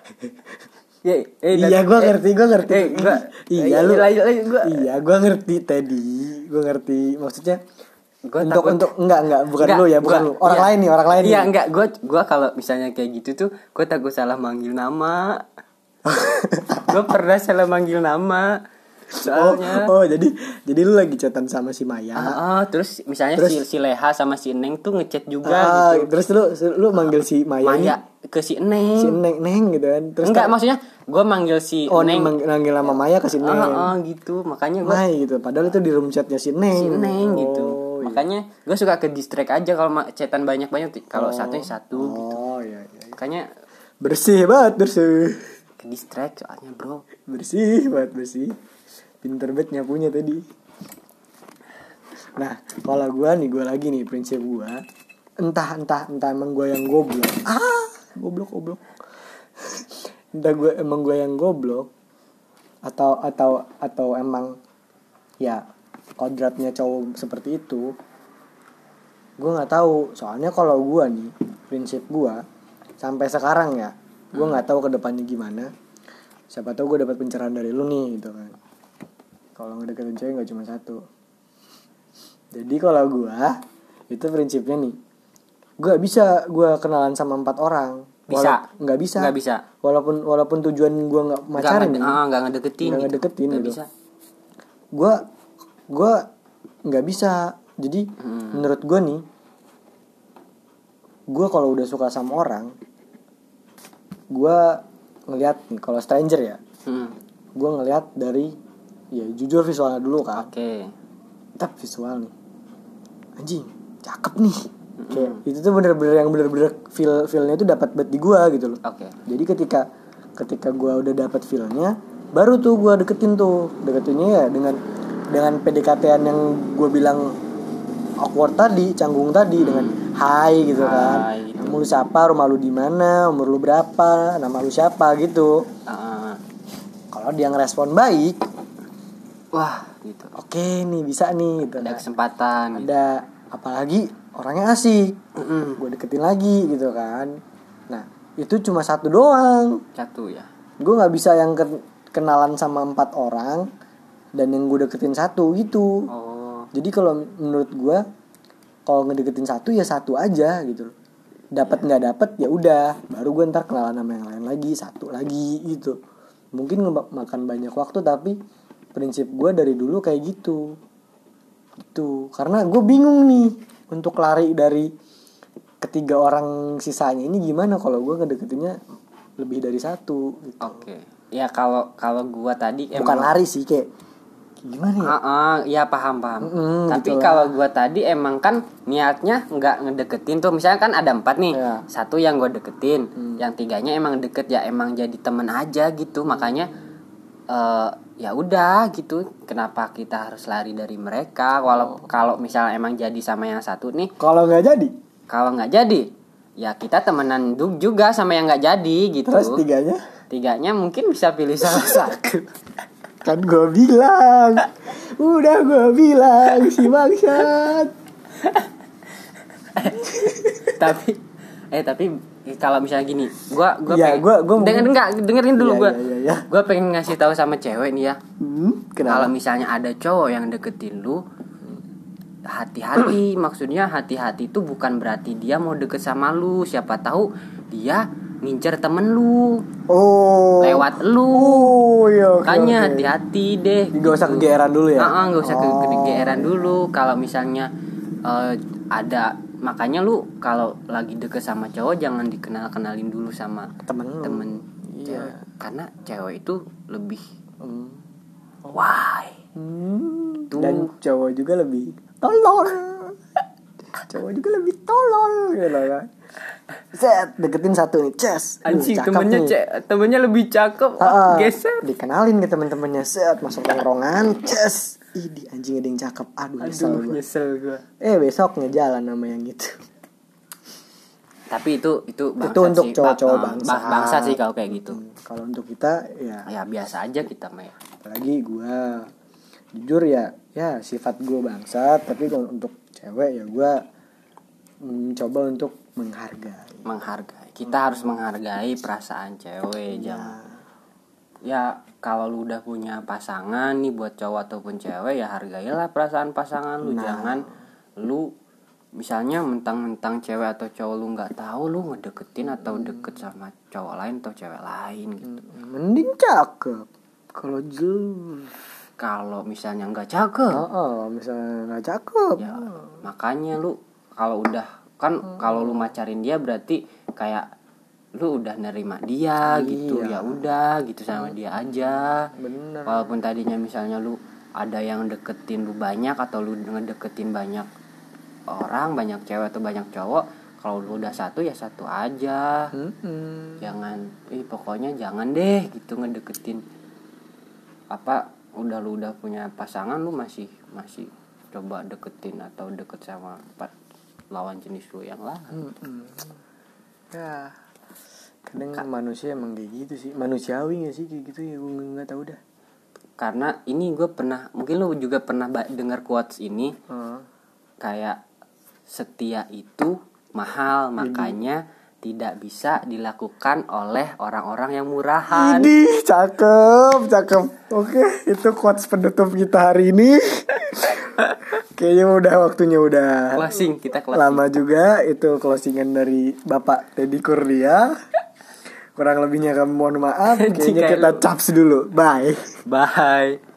Iya gue ngerti. Iya gue ngerti tadi. Gue ngerti maksudnya. Untuk enggak bukan lu ya, bukan lu. Orang lain nih. Iya, enggak. Gue kalau misalnya kayak gitu tuh, gue takut salah manggil nama. Gue pernah salah manggil nama. Soalnya jadi lu lagi chatan sama si Maya. Terus misalnya si Leha sama si Neng tuh ngechat juga gitu. Terus lu manggil si Maya ke si Neng. Si Neng gitu kan. Terus enggak, maksudnya gue manggil si Neng. Manggil nama Maya ke si Neng. Gitu. Makanya gue gitu. Padahal itu di room chatnya si Neng. Si Neng gitu. Makanya gue suka ke distract aja kalau chatan banyak-banyak. Kalau satu gitu. Iya. Makanya bersih banget. Ke distract soalnya, bro. Bersih. Pinter banget nyapunya tadi. Nah, kalau gue lagi nih prinsip gue. Entah emang gue yang goblok. Goblok. Entah emang gue yang goblok atau emang ya kodratnya cowok seperti itu. Gue nggak tahu. Soalnya kalau gue nih, prinsip gue sampai sekarang ya, gue nggak tahu kedepannya gimana. Siapa tahu gue dapat pencerahan dari lu nih gitu kan. Kalau ngedeketin cewek nggak cuma satu. Jadi kalau gue itu prinsipnya nih, gue bisa gue kenalan sama 4 orang. Nggak bisa. Walaupun tujuan gue nggak macarin, nggak ngedeketin gitu. Bisa. Gue nggak bisa. Jadi menurut gue nih, gue kalau udah suka sama orang, gue ngelihat nih kalau stranger ya, gue ngelihat dari ya jujur visualnya dulu kan. Tapi visual nih, anjing cakep nih. Kayak itu tuh bener-bener feelnya tuh dapat banget di gue gitu loh. Jadi ketika gue udah dapat feelnya, baru tuh gue deketinnya ya dengan PDKT-an yang gue bilang awkward tadi, canggung tadi, dengan hai gitu kan. Gitu. Nama lu siapa, rumah lu di mana, umur lu berapa, nama lu siapa gitu. Kalau dia ngerespon baik, wah gitu. Oke nih bisa nih gitu. Ada kesempatan. Ada apalagi orangnya asik. Gue deketin lagi gitu kan. Nah itu cuma satu doang. Satu ya. Gue nggak bisa yang kenalan sama 4 orang dan yang gue deketin satu gitu. Jadi kalau menurut gue, kalau ngedeketin satu ya satu aja gitu. Dapat nggak dapat ya udah. Baru gue ntar kenalan sama yang lain lagi, satu lagi gitu. Mungkin makan banyak waktu tapi prinsip gue dari dulu kayak gitu. Karena gue bingung nih untuk lari dari ketiga orang sisanya ini gimana kalau gue ngedeketinnya lebih dari satu gitu. Ya kalau gue tadi bukan lari sih, kayak gimana ya? Ya paham. Tapi kalau gue tadi emang kan niatnya nggak ngedeketin tuh. Misalnya kan ada 4 nih, satu yang gue deketin, yang 3-nya emang deket ya, emang jadi temen aja gitu. Makanya ya udah gitu, kenapa kita harus lari dari mereka? Kalau misalnya emang jadi sama yang satu nih, kalau nggak jadi ya kita temenan juga sama yang nggak jadi gitu. Terus 3-nya mungkin bisa pilih salah satu. Kan gue bilang si bangsat. Tapi kalau misalnya gini, gue ya, dengerin dulu. Ya. Gue pengen ngasih tahu sama cewek nih ya. Kenapa? Kalau misalnya ada cowok yang deketin lu, hati-hati. Maksudnya hati-hati itu bukan berarti dia mau deket sama lu. Siapa tahu dia ngincer temen lu, lewat lu. Makanya hati-hati deh. Gak usah kegeeran dulu ya. Gak usah kegeeran dulu. Kalau misalnya ada, makanya lu kalau lagi deket sama cowok jangan dikenalin dulu sama temen. Iya. Karena cewek itu lebih why. Dan cowok juga lebih tolol. cowok juga lebih tolol gitu kan. Set, deketin satu nih, ces. Anjing, temennya lebih cakep, geser. Dikenalin ke temen-temennya, set, masuk tongkrongan, ces. Ih, di anjing ada yang cakep. Aduh, nyesel gua. Besok ngejalan sama yang gitu. Tapi itu untuk cowok-cowok bangsa sih kalau kayak gitu. Kalau untuk kita ya biasa aja kita mah. Apalagi gua jujur ya sifat gua bangsa, tapi kalau untuk cewek ya gua mencoba untuk menghargai. Kita harus menghargai perasaan cewek. Ya kalau lu udah punya pasangan nih, buat cowok ataupun cewek, ya hargailah perasaan pasangan lu. Jangan lu misalnya mentang-mentang cewek atau cowok lu nggak tahu, lu ngedeketin atau deket sama cowok lain atau cewek lain gitu. Mending cakep. Kalau misalnya nggak cakep, ya makanya lu kalau udah kan kalau lu macarin dia berarti kayak lu udah nerima dia gitu. Ya udah gitu sama dia aja. Bener. Walaupun tadinya misalnya lu ada yang deketin lu banyak atau lu ngedeketin banyak orang, banyak cewek atau banyak cowok, kalau lu udah satu ya satu aja. Jangan pokoknya jangan deh gitu ngedeketin lu udah punya pasangan, lu masih coba deketin atau deket sama lawan jenis lu yang lain. Ya kadang manusia emang kayak gitu sih, manusiawi gak sih kayak gitu ya, gue nggak tahu dah. Karena ini gue mungkin lu juga pernah dengar quotes ini, kayak setia itu mahal, makanya tidak bisa dilakukan oleh orang-orang yang murahan. Ini cakep. Oke, itu quotes penutup kita hari ini. Kayaknya waktunya udah closing. Lama juga itu closingan dari Bapak Teddy Kurnia. Kurang lebihnya kami mohon maaf. Kayaknya kita caps dulu. Bye.